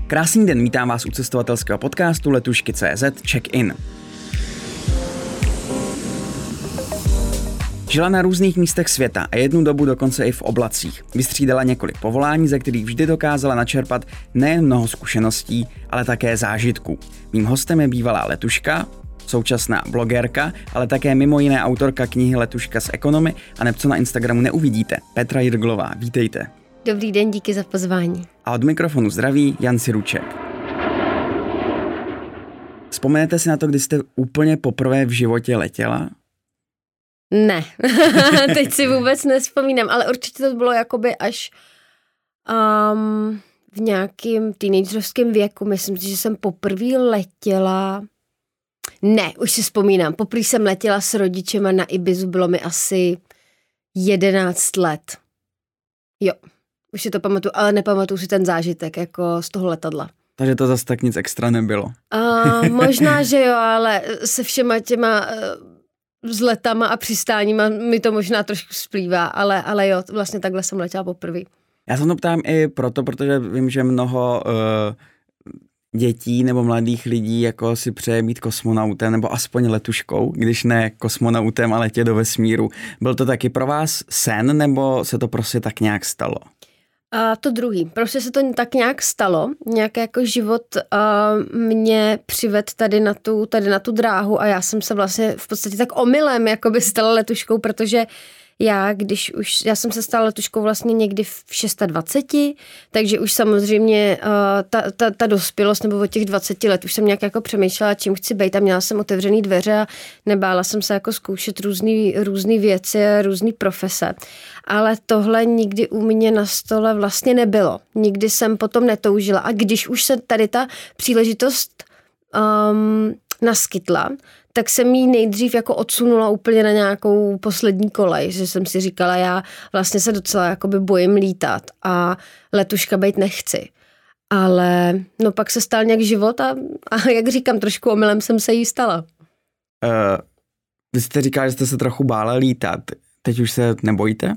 Krásný den, vítám vás u cestovatelského podcastu Letušky.cz Check-in. Žila na různých místech světa a jednu dobu dokonce i v oblacích. Vystřídala několik povolání, ze kterých vždy dokázala načerpat nejen mnoho zkušeností, ale také zážitků. Mým hostem je bývalá letuška, současná blogerka, ale také mimo jiné autorka knihy Letuška z ekonomy a neb co na Instagramu neuvidíte, Petra Jirglová. Vítejte. Dobrý den, díky za pozvání. A od mikrofonu zdraví Jan Siruček. Vzpomenete si na to, kdy jste úplně poprvé v životě letěla? Ne, teď si vůbec nevzpomínám, ale určitě to bylo jakoby až v nějakým teenagerovském věku. Myslím si, že jsem poprvé letěla. Ne, už si vzpomínám. Poprvé jsem letěla s rodičema na Ibizu, bylo mi asi 11 let. Jo, už si to pamatuju, ale nepamatuju si ten zážitek jako z toho letadla. Takže to zase tak nic extra nebylo. Možná, že jo, ale se všema těma vzletama a přistáníma mi to možná trošku splývá, ale jo, vlastně takhle jsem letěla poprvé. Já se to ptám i proto, protože vím, že mnoho dětí nebo mladých lidí jako si přeje být kosmonautem nebo aspoň letuškou, když ne kosmonautem, ale letět do vesmíru. Byl to taky pro vás sen, nebo se to prostě tak nějak stalo? To druhý. Prostě se to tak nějak stalo. Nějak jako život mě přived tady na tu dráhu a já jsem se vlastně v podstatě tak omylem jakoby stala letuškou, protože já jsem se stala letuškou vlastně někdy v 26, takže už samozřejmě ta dospělost nebo od těch 20 let už jsem nějak jako přemýšlela, čím chci být a měla jsem otevřený dveře a nebála jsem se jako zkoušet různý věci a různý profese. Ale tohle nikdy u mě na stole vlastně nebylo. Nikdy jsem potom netoužila a když už se tady ta příležitost naskytla, tak jsem jí nejdřív jako odsunula úplně na nějakou poslední kolej, že jsem si říkala, já vlastně se docela jakoby bojím lítat a letuška být nechci. Ale no pak se stal nějak život a jak říkám, trošku omylem jsem se jí stala. Vy jste říkala, že jste se trochu bála lítat. Teď už se nebojíte?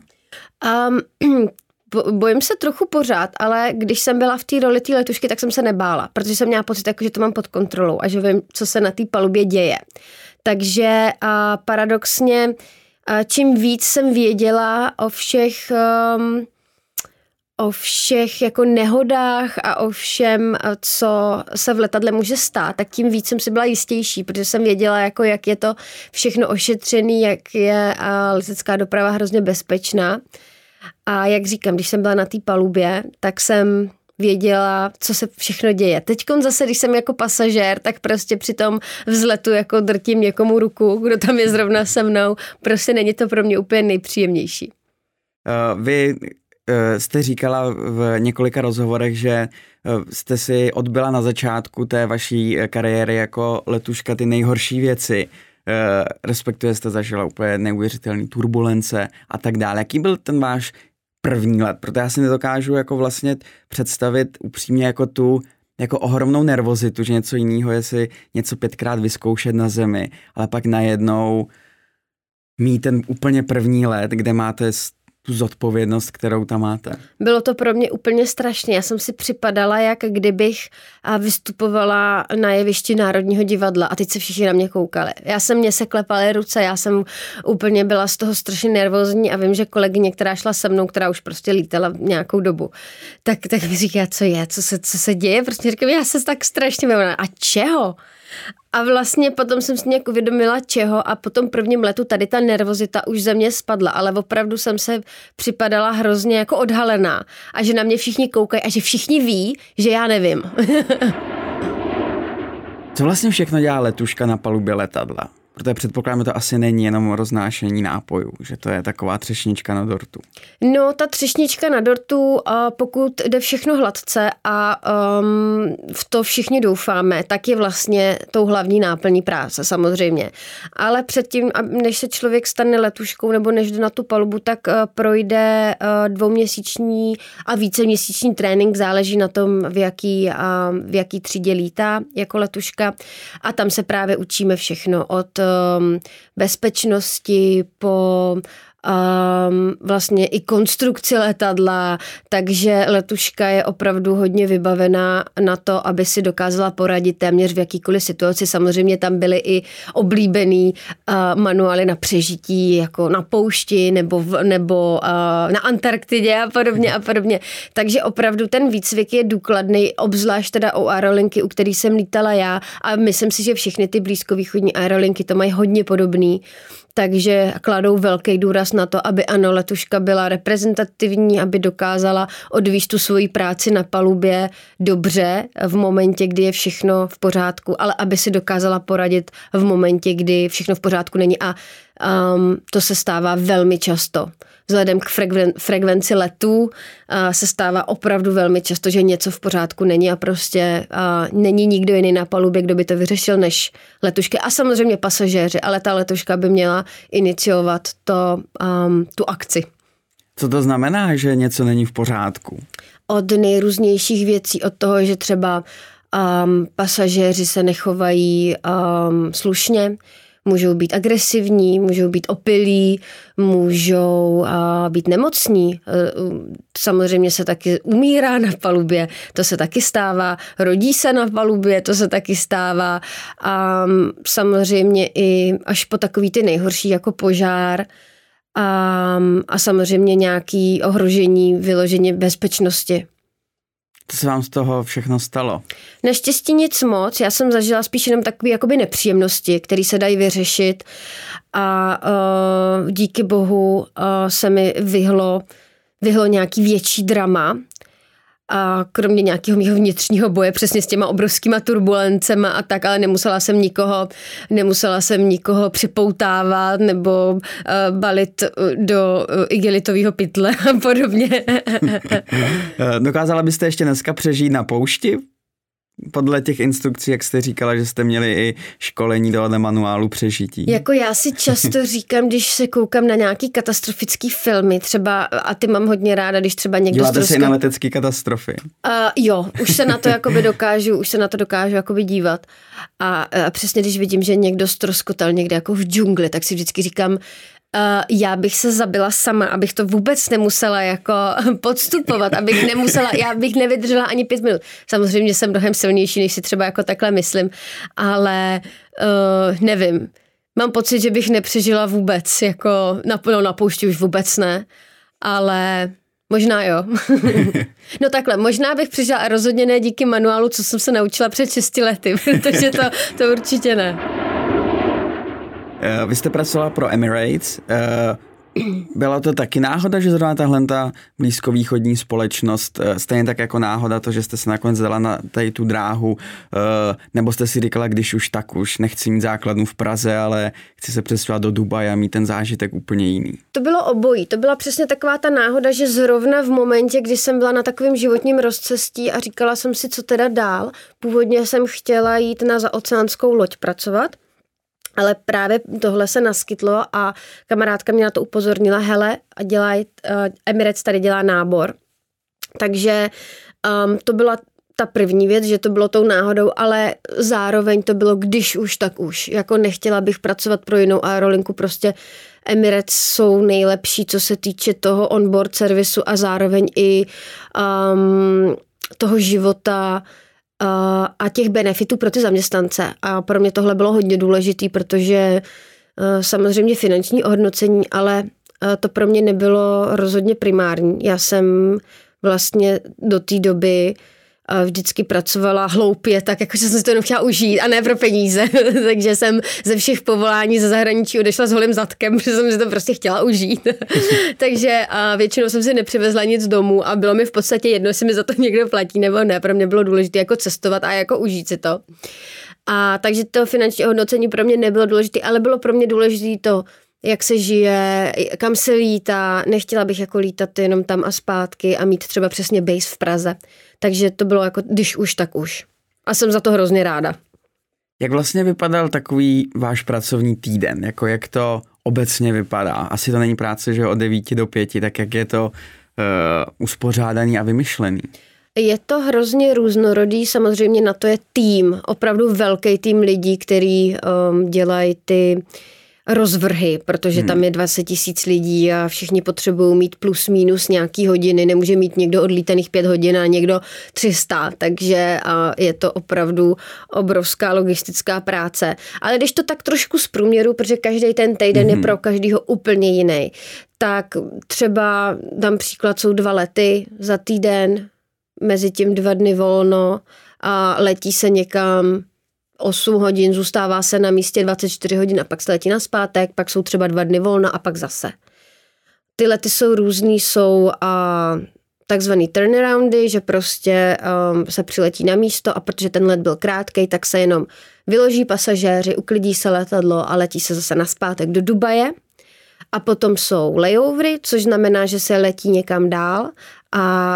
Bojím se trochu pořád, ale když jsem byla v té roli té letušky, tak jsem se nebála, protože jsem měla pocit, že to mám pod kontrolou a že vím, co se na té palubě děje. Takže paradoxně, čím víc jsem věděla o všech jako nehodách a o všem, co se v letadle může stát, tak tím víc jsem si byla jistější, protože jsem věděla, jako jak je to všechno ošetřený, jak je letecká doprava hrozně bezpečná. A jak říkám, když jsem byla na té palubě, tak jsem věděla, co se všechno děje. Teďkon zase, když jsem jako pasažér, tak prostě při tom vzletu jako drtím někomu ruku, kdo tam je zrovna se mnou. Prostě není to pro mě úplně nejpříjemnější. Vy jste říkala v několika rozhovorech, že jste si odbyla na začátku té vaší kariéry jako letuška ty nejhorší věci. Respektive jste zažila úplně neuvěřitelné turbulence a tak dále. Jaký byl ten váš první let? Protože já si nedokážu jako vlastně představit upřímně jako tu jako ohromnou nervozitu, že něco jiného je si něco 5krát vyzkoušet na zemi, ale pak najednou mít ten úplně první let, kde máte tu zodpovědnost, kterou tam máte. Bylo to pro mě úplně strašně. Já jsem si připadala, jak kdybych vystupovala na jevišti Národního divadla a teď se všichni na mě koukali. Mně se klepaly ruce, já jsem úplně byla z toho strašně nervózní a vím, že kolegyně, která šla se mnou, která už prostě lítala nějakou dobu, tak mi říká, co se děje? Prostě říkám, já se tak strašně bavím. A čeho? A vlastně potom jsem si nějak uvědomila čeho a po tom prvním letu tady ta nervozita už ze mě spadla, ale opravdu jsem se připadala hrozně jako odhalená a že na mě všichni koukají a že všichni ví, že já nevím. Co vlastně všechno dělá letuška na palubě letadla? Protože předpokládám, že to asi není jenom roznášení nápojů, že to je taková třešnička na dortu. No, ta třešnička na dortu, pokud jde všechno hladce a v to všichni doufáme, tak je vlastně tou hlavní náplní práce, samozřejmě. Ale předtím, než se člověk stane letuškou nebo než jde na tu palubu, tak projde 2měsíční a víceměsíční trénink, záleží na tom, v jaký třídě lítá jako letuška. A tam se právě učíme všechno od bezpečnosti po vlastně i konstrukci letadla, takže letuška je opravdu hodně vybavená na to, aby si dokázala poradit téměř v jakýkoliv situaci. Samozřejmě tam byly i oblíbený manuály na přežití, jako na poušti nebo na Antarktidě a podobně. Takže opravdu ten výcvik je důkladný, obzvlášť teda u aerolinky, u který jsem lítala já a myslím si, že všechny ty blízkovýchodní aerolinky to mají hodně podobný. Takže kladou velký důraz na to, aby ano, letuška byla reprezentativní, aby dokázala odvízt tu svoji práci na palubě dobře v momentě, kdy je všechno v pořádku, ale aby si dokázala poradit v momentě, kdy všechno v pořádku není a to se stává velmi často. Vzhledem k frekvenci letů se stává opravdu velmi často, že něco v pořádku není a prostě není nikdo jiný na palubě, kdo by to vyřešil než letušky a samozřejmě pasažéři, ale ta letuška by měla iniciovat tu akci. Co to znamená, že něco není v pořádku? Od nejrůznějších věcí, od toho, že třeba pasažéři se nechovají slušně, můžou být agresivní, můžou být opilí, můžou být nemocní. Samozřejmě se taky umírá na palubě, to se taky stává. Rodí se na palubě, to se taky stává. A samozřejmě i až po takový ty nejhorší jako požár a samozřejmě nějaké ohrožení vyloženě bezpečnosti. Co se vám z toho všechno stalo? Naštěstí nic moc, já jsem zažila spíš jenom takové jakoby nepříjemnosti, které se dají vyřešit a díky bohu se mi vyhlo nějaký větší drama a kromě nějakého mého vnitřního boje přesně s těma obrovskýma turbulencema a tak, ale nemusela jsem nikoho připoutávat nebo balit do igelitového pytle a podobně. Dokázala byste ještě dneska přežít na poušti? Podle těch instrukcí, jak jste říkala, že jste měli i školení do manuálu přežití. Jako já si často říkám, když se koukám na nějaký katastrofický filmy, třeba, a ty mám hodně ráda, když třeba někdo díváte se i na letecké katastrofy? Jo, už se na to dokážu jakoby dívat. A přesně když vidím, že někdo ztroskotal někde jako v džungli, tak si vždycky říkám, já bych se zabila sama, abych to vůbec nemusela jako podstupovat, já bych nevydržela ani 5 minut. Samozřejmě jsem mnohem silnější, než si třeba jako takhle myslím, ale nevím. Mám pocit, že bych nepřežila vůbec, jako na poušti už vůbec ne, ale možná jo. No takhle, možná bych přežila a rozhodně ne díky manuálu, co jsem se naučila před 6 lety, protože to určitě ne. Vy jste pracovala pro Emirates. Byla to taky náhoda, že zrovna tahle blízkovýchodní společnost, stejně tak jako náhoda to, že jste se nakonec dala na tady tu dráhu, nebo jste si říkala, když už tak už nechci mít základnu v Praze, ale chci se přestěhovat do Dubaje a mít ten zážitek úplně jiný? To bylo obojí. To byla přesně taková ta náhoda, že zrovna v momentě, kdy jsem byla na takovém životním rozcestí a říkala jsem si, co teda dál, původně jsem chtěla jít na zaoceánskou loď pracovat, ale právě tohle se naskytlo a kamarádka mě na to upozornila, hele, Emirates tady dělá nábor. Takže to byla ta první věc, že to bylo tou náhodou, ale zároveň to bylo když už, tak už. Jako nechtěla bych pracovat pro jinou aerolinku, prostě Emirates jsou nejlepší, co se týče toho onboard servisu a zároveň i toho života a těch benefitů pro ty zaměstnance. A pro mě tohle bylo hodně důležitý, protože samozřejmě finanční ohodnocení, ale to pro mě nebylo rozhodně primární. Já jsem vlastně do té doby vždycky pracovala hloupě, tak jakože jsem si to jenom chtěla užít a ne pro peníze. Takže jsem ze všech povolání ze zahraničí odešla s holým zadkem, protože jsem si to prostě chtěla užít. Takže většinou jsem si nepřivezla nic domů a bylo mi v podstatě jedno, jestli mi za to někdo platí nebo ne. Pro mě bylo důležité jako cestovat a jako užít si to. A takže to finanční hodnocení pro mě nebylo důležité, ale bylo pro mě důležité to, jak se žije, kam se lítá. Nechtěla bych jako lítat jenom tam a zpátky a mít třeba přesně base v Praze. Takže to bylo jako když už, tak už. A jsem za to hrozně ráda. Jak vlastně vypadal takový váš pracovní týden? Jako jak to obecně vypadá? Asi to není práce, že od 9 do 5, tak jak je to uspořádaný a vymyšlený? Je to hrozně různorodý, samozřejmě na to je tým, opravdu velký tým lidí, který dělají ty rozvrhy, protože tam je 20 000 lidí a všichni potřebují mít plus minus nějaký hodiny, nemůže mít někdo odlítaných 5 hodin a někdo 300, takže je to opravdu obrovská logistická práce. Ale když to tak trošku zprůměru, protože každý ten týden je pro každýho úplně jiný, tak třeba dám příklad, jsou 2 lety za týden, mezi tím 2 dny volno a letí se někam 8 hodin, zůstává se na místě 24 hodin a pak se letí nazpátek, pak jsou třeba 2 dny volna a pak zase. Ty lety jsou různý, jsou takzvaný turnaroundy, že prostě se přiletí na místo a protože ten let byl krátkej, tak se jenom vyloží pasažéři, uklidí se letadlo a letí se zase nazpátek do Dubaje. A potom jsou layovery, což znamená, že se letí někam dál a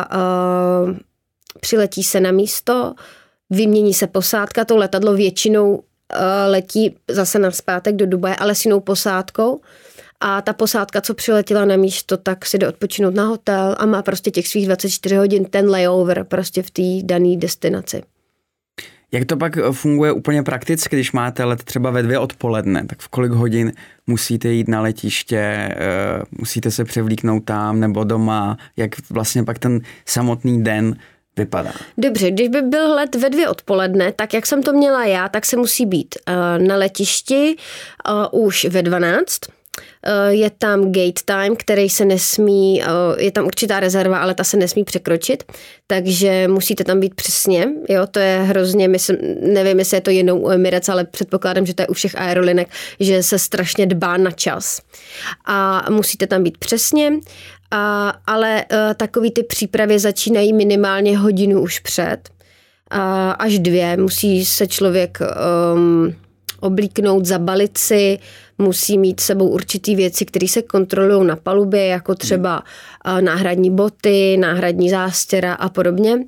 přiletí se na místo, vymění se posádka, to letadlo většinou letí zase nazpátek do Dubaje, ale s jinou posádkou. A ta posádka, co přiletěla na místo, tak si jde odpočinout na hotel a má prostě těch svých 24 hodin ten layover prostě v té dané destinaci. Jak to pak funguje úplně prakticky, když máte let třeba ve 2 odpoledne, tak v kolik hodin musíte jít na letiště, musíte se převlíknout tam nebo doma, jak vlastně pak ten samotný den vypadá? Dobře, když by byl let ve 2 odpoledne, tak jak jsem to měla já, tak se musí být na letišti už ve 12. Je tam gate time, který se nesmí, je tam určitá rezerva, ale ta se nesmí překročit, takže musíte tam být přesně, jo, to je hrozně, nevím, jestli je to jenom u Emirates, ale předpokládám, že to je u všech aerolinek, že se strašně dbá na čas a musíte tam být přesně, ale takový ty přípravy začínají minimálně hodinu už před, až 2, musí se člověk oblíknout, zabalit si, musí mít s sebou určitý věci, které se kontrolují na palubě, jako třeba náhradní boty, náhradní zástěra a podobně.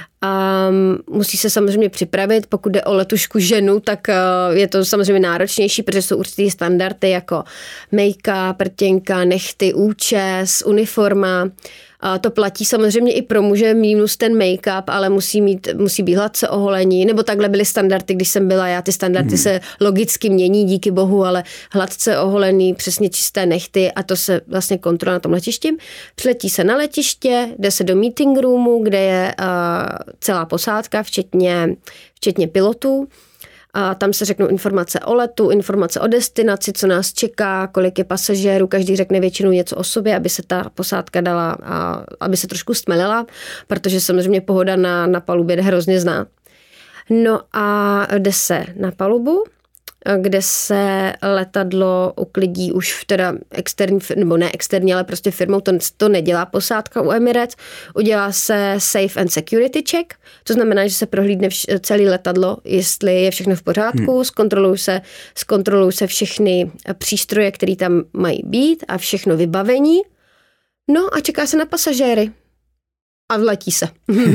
Musí se samozřejmě připravit, pokud jde o letušku ženu, tak je to samozřejmě náročnější, protože jsou určitý standardy jako make-up, prtěnka, nehty, účes, uniforma. To platí samozřejmě i pro muže minus ten make-up, ale musí být hladce oholení, nebo takhle byly standardy, když jsem byla já, ty standardy se logicky mění, díky bohu, ale hladce oholený, přesně čisté nehty a to se vlastně kontroluje na tom letišti. Přiletí se na letiště, jde se do meeting roomu, kde je celá posádka, včetně pilotů. A tam se řeknou informace o letu, informace o destinaci, co nás čeká, kolik je pasažérů, každý řekne většinou něco o sobě, aby se ta posádka dala, aby se trošku stmelila, protože samozřejmě pohoda na palubě jde hrozně znát. No a jde se na palubu, kde se letadlo uklidí už teda externí, nebo ne externí, ale prostě firmou, to nedělá posádka u Emirates, udělá se safe and security check, to znamená, že se prohlídne celé letadlo, jestli je všechno v pořádku, zkontrolují se všechny přístroje, které tam mají být a všechno vybavení, no a čeká se na pasažéry. A vletí se.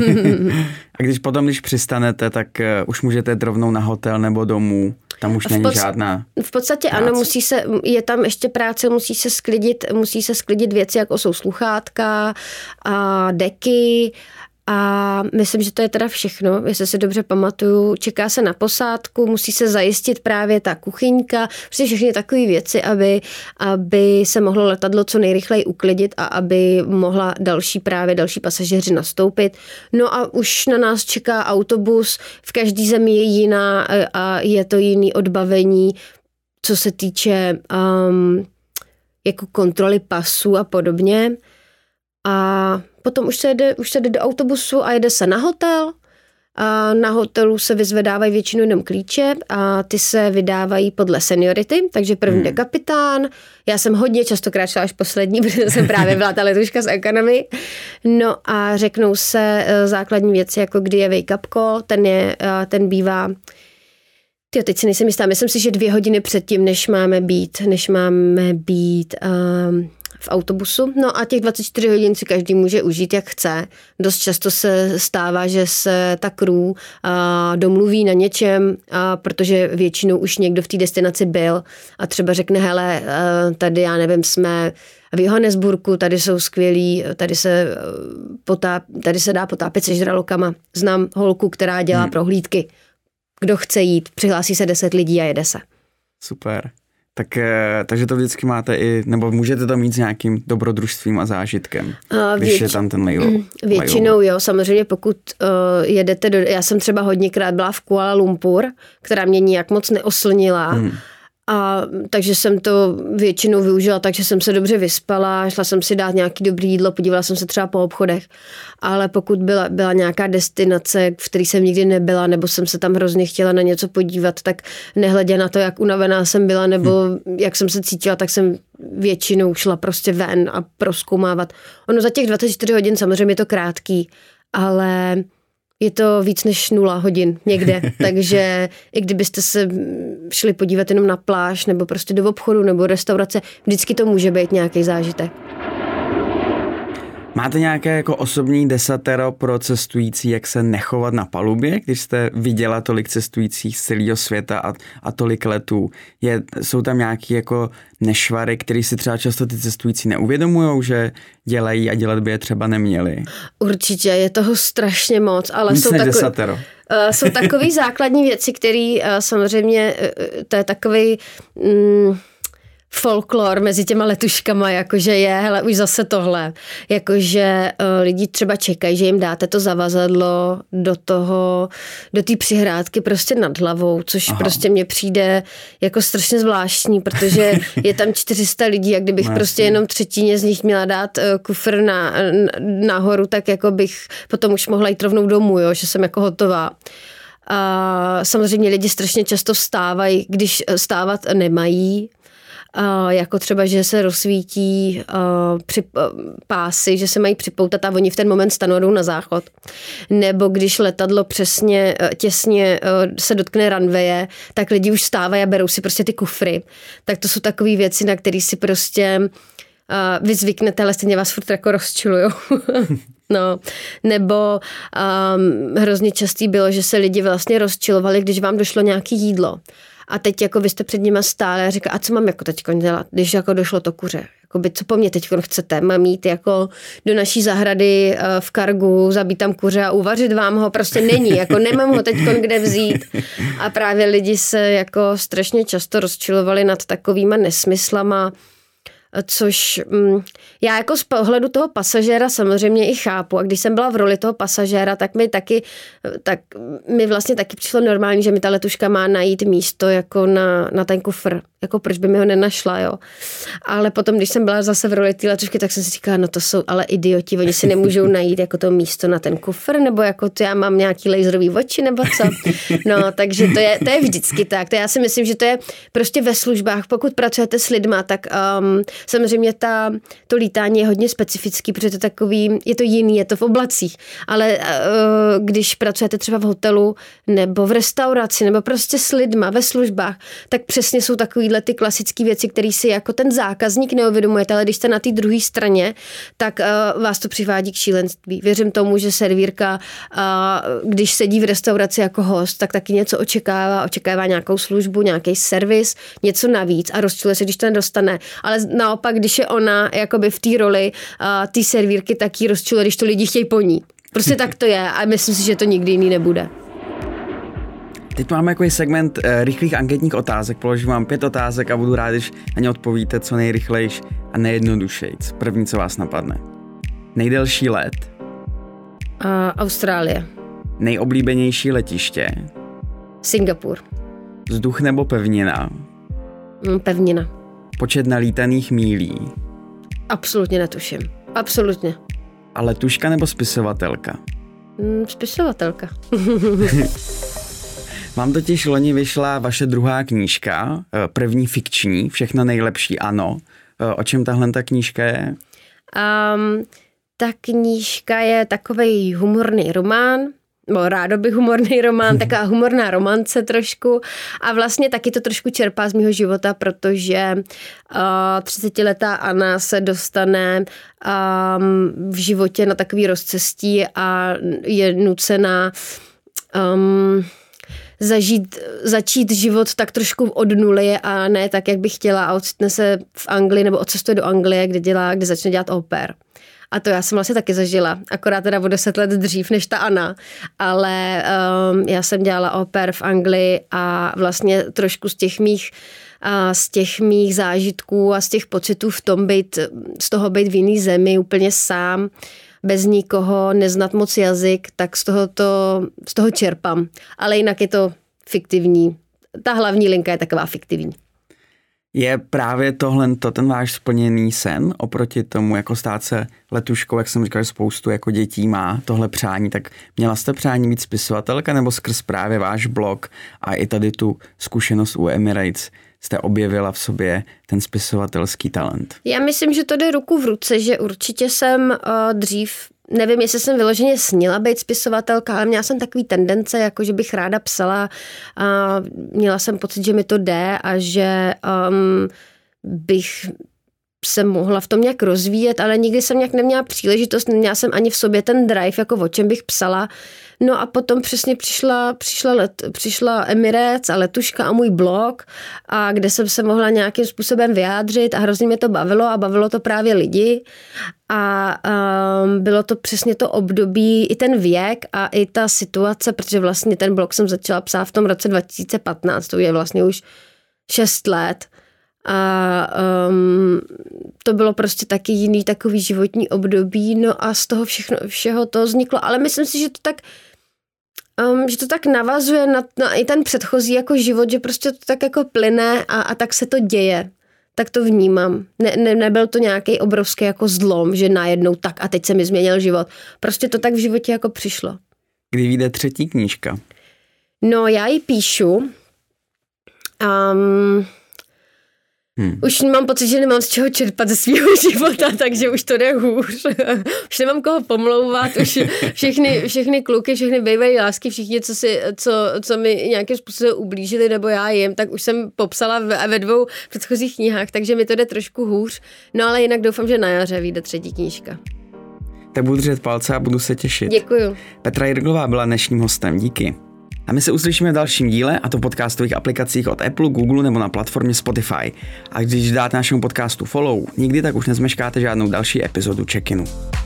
A když přistanete, tak už můžete jít rovnou na hotel nebo domů. Tam už není žádná v podstatě práce. Ano, je tam ještě práce, musí se sklidit věci, jako jsou sluchátka a deky a myslím, že to je teda všechno, jestli se dobře pamatuju. Čeká se na posádku, musí se zajistit právě ta kuchyňka, prostě všechny takové věci, aby se mohlo letadlo co nejrychleji uklidit a aby mohla další pasažéři nastoupit. No a už na nás čeká autobus, v každé zemi je jiná a je to jiný odbavení, co se týče jako kontroly pasů a podobně. A potom už se jde do autobusu a jede se na hotel. A na hotelu se vyzvedávají většinou jenom klíče a ty se vydávají podle seniority, takže první jde kapitán. Já jsem hodně častokrát šla až poslední, protože jsem právě byla ta letuška z economy. No a řeknou se základní věci, jako kdy je wake-up call, ten bývá teď si nejsem jistá, myslím si, že 2 hodiny předtím, než máme být v autobusu. No a těch 24 hodin si každý může užít, jak chce. Dost často se stává, že se ta crew domluví na něčem, protože většinou už někdo v té destinaci byl a třeba řekne, hele, tady, já nevím, jsme v Johannesburgu, tady jsou skvělí, tady se dá potápět se žralokama. Znám holku, která dělá prohlídky. Kdo chce jít, přihlásí se 10 lidí a jede se. Super. Takže to vždycky máte i, nebo můžete to mít s nějakým dobrodružstvím a zážitkem, když je tam ten Většinou jo, samozřejmě pokud jedete já jsem třeba hodněkrát byla v Kuala Lumpur, která mě nijak moc neoslnila, a takže jsem to většinou využila, takže jsem se dobře vyspala, šla jsem si dát nějaký dobrý jídlo, podívala jsem se třeba po obchodech, ale pokud byla nějaká destinace, v které jsem nikdy nebyla, nebo jsem se tam hrozně chtěla na něco podívat, tak nehledě na to, jak unavená jsem byla, nebo jak jsem se cítila, tak jsem většinou šla prostě ven a prozkoumávat. Ono za těch 24 hodin samozřejmě je to krátký, ale je to víc než 0 hodin někde, takže i kdybyste se šli podívat jenom na pláž nebo prostě do obchodu nebo restaurace, vždycky to může být nějaký zážitek. Máte nějaké jako osobní desatero pro cestující, jak se nechovat na palubě, když jste viděla tolik cestujících z celého světa a tolik letů? Jsou tam nějaké jako nešvary, které si třeba často ty cestující neuvědomujou, že dělají a dělat by je třeba neměli? Určitě, je toho strašně moc, ale jsou takové základní věci, které samozřejmě, to je takový folklor mezi těma letuškama, jakože hele, už zase tohle. Jakože lidi třeba čekají, že jim dáte to zavazadlo do té přihrádky prostě nad hlavou, což prostě mně přijde jako strašně zvláštní, protože je tam 400 lidí a kdybych prostě jenom třetině z nich měla dát kufr nahoru, tak jako bych potom už mohla jít rovnou domů, jo, že jsem jako hotová. A samozřejmě lidi strašně často vstávají, když stávat nemají, jako třeba, že se rozsvítí pásy, že se mají připoutat a oni v ten moment stanou na záchod. Nebo když letadlo přesně těsně se dotkne runwaye, tak lidi už vstávají a berou si prostě ty kufry. Tak to jsou takové věci, na které si prostě vy zvyknete, ale stejně vás furt jako rozčilujou. No, nebo hrozně častý bylo, že se lidi vlastně rozčilovali, když vám došlo nějaké jídlo. A teď jako vy jste před nima stále a říká, a co mám jako teďko dělat, když jako došlo to kuře? Jakoby, co po mně teďko chcete? Mám jít jako do naší zahrady v Kargu, zabít tam kuře a uvařit vám ho? Prostě není, jako nemám ho teďko kde vzít. A právě lidi se jako strašně často rozčilovali nad takovýma nesmyslama, což já jako z pohledu toho pasažéra samozřejmě i chápu. A když jsem byla v roli toho pasažéra, tak mi vlastně taky přišlo normální, že mi ta letuška má najít místo jako na ten kufr. Jako proč by mi ho nenašla, jo. Ale potom, když jsem byla zase v roli té letušky, tak jsem si říkala, no to jsou ale idioti, oni si nemůžou najít jako to místo na ten kufr, nebo jako to já mám nějaký laserový oči, nebo co. No, takže to je vždycky tak. To já si myslím, že to je prostě ve službách. Pokud pracujete s lidma, tak samozřejmě to lítání je hodně specifický, protože je to jiný, je to v oblacích. Ale když pracujete třeba v hotelu, nebo v restauraci, nebo prostě s lidma ve službách, tak přesně jsou takovýhle ty klasické věci, které si jako ten zákazník neuvědomujete, ale když jste na té druhé straně, tak vás to přivádí k šílenství. Věřím tomu, že servírka, když sedí v restauraci jako host, tak taky něco očekává nějakou službu, nějaký servis, něco navíc a rozčiluje se, když to nedostane. Ale naopak, když je ona jakoby v té roli té servírky, tak ji rozčiluje, když to lidi chtějí po ní. Prostě tak to je a myslím si, že to nikdy jiný nebude. Teď máme jako segment rychlých anketních otázek. Položím vám 5 otázek a budu rád, když na ně odpovíte co nejrychlejš a nejjednodušejc. První, co vás napadne. Nejdelší let? Austrálie. Nejoblíbenější letiště? Singapur. Vzduch nebo pevnina? Pevnina. Počet nalítaných mílí? Absolutně netuším. Absolutně. A letuška nebo spisovatelka? Spisovatelka. Vám totiž loni vyšla vaše druhá knížka, první fikční, Všechno nejlepší ano. O čem tahle ta knížka je? Ta knížka je takovej humorný román, rádoby humorný román, taková humorná romance trošku a vlastně taky to trošku čerpá z mýho života, protože 30letá Anna se dostane v životě na takový rozcestí a je nucená začít život tak trošku od nuly a ne tak, jak by chtěla a ocitne se v Anglii nebo odcestuje do Anglie, kde začne dělat au pair. A to já jsem vlastně taky zažila, akorát teda o 10 let dřív než ta Anna, ale já jsem dělala au pair v Anglii a vlastně trošku z těch mých a z těch mých zážitků a z těch pocitů z toho být v jiný zemi úplně sám, bez nikoho, neznat moc jazyk, tak z toho čerpám. Ale jinak je to fiktivní. Ta hlavní linka je taková fiktivní. Je právě tohle ten váš splněný sen oproti tomu, jako stát se letuškou, jak jsem říkal, že spoustu jako dětí má tohle přání, tak měla jste přání být spisovatelka nebo skrz právě váš blog a i tady tu zkušenost u Emirates jste objevila v sobě ten spisovatelský talent? Já myslím, že to jde ruku v ruce, že určitě jsem dřív, nevím, jestli jsem vyloženě snila být spisovatelka, ale měla jsem takový tendence, jako že bych ráda psala a měla jsem pocit, že mi to jde a že bych se mohla v tom nějak rozvíjet, ale nikdy jsem nějak neměla příležitost, neměla jsem ani v sobě ten drive, jako o čem bych psala. No a potom přesně přišla Emirates a letuška a můj blog, a kde jsem se mohla nějakým způsobem vyjádřit a hrozně mě to bavilo a bavilo to právě lidi. A bylo to přesně to období, i ten věk a i ta situace, protože vlastně ten blog jsem začala psát v tom roce 2015, to je vlastně už 6 let. A to bylo prostě taky jiný takový životní období, no a z toho všeho to vzniklo, ale myslím si, že to tak navazuje na i ten předchozí jako život, že prostě to tak jako plyne a tak se to děje. Tak to vnímám. Nebyl to nějaký obrovský jako zlom, že najednou tak a teď se mi změnil život. Prostě to tak v životě jako přišlo. Kdy vyjde 3. knížka? No, já ji píšu. Už mám pocit, že nemám z čeho čerpat ze svého života, takže už to jde hůř. Už nemám koho pomlouvat, už všechny kluky, všechny bývalé lásky, všichni, co mi nějakým způsobem ublížili, nebo já jim, tak už jsem popsala ve 2 předchozích knihách, takže mi to jde trošku hůř. No ale jinak doufám, že na jaře vyjde 3. knížka. Tak budu držet palce a budu se těšit. Děkuju. Petra Jirglová byla dnešním hostem, díky. A my se uslyšíme v dalším díle, a to v podcastových aplikacích od Apple, Google nebo na platformě Spotify. A když dáte našemu podcastu follow, nikdy tak už nezmeškáte žádnou další epizodu Check-inu.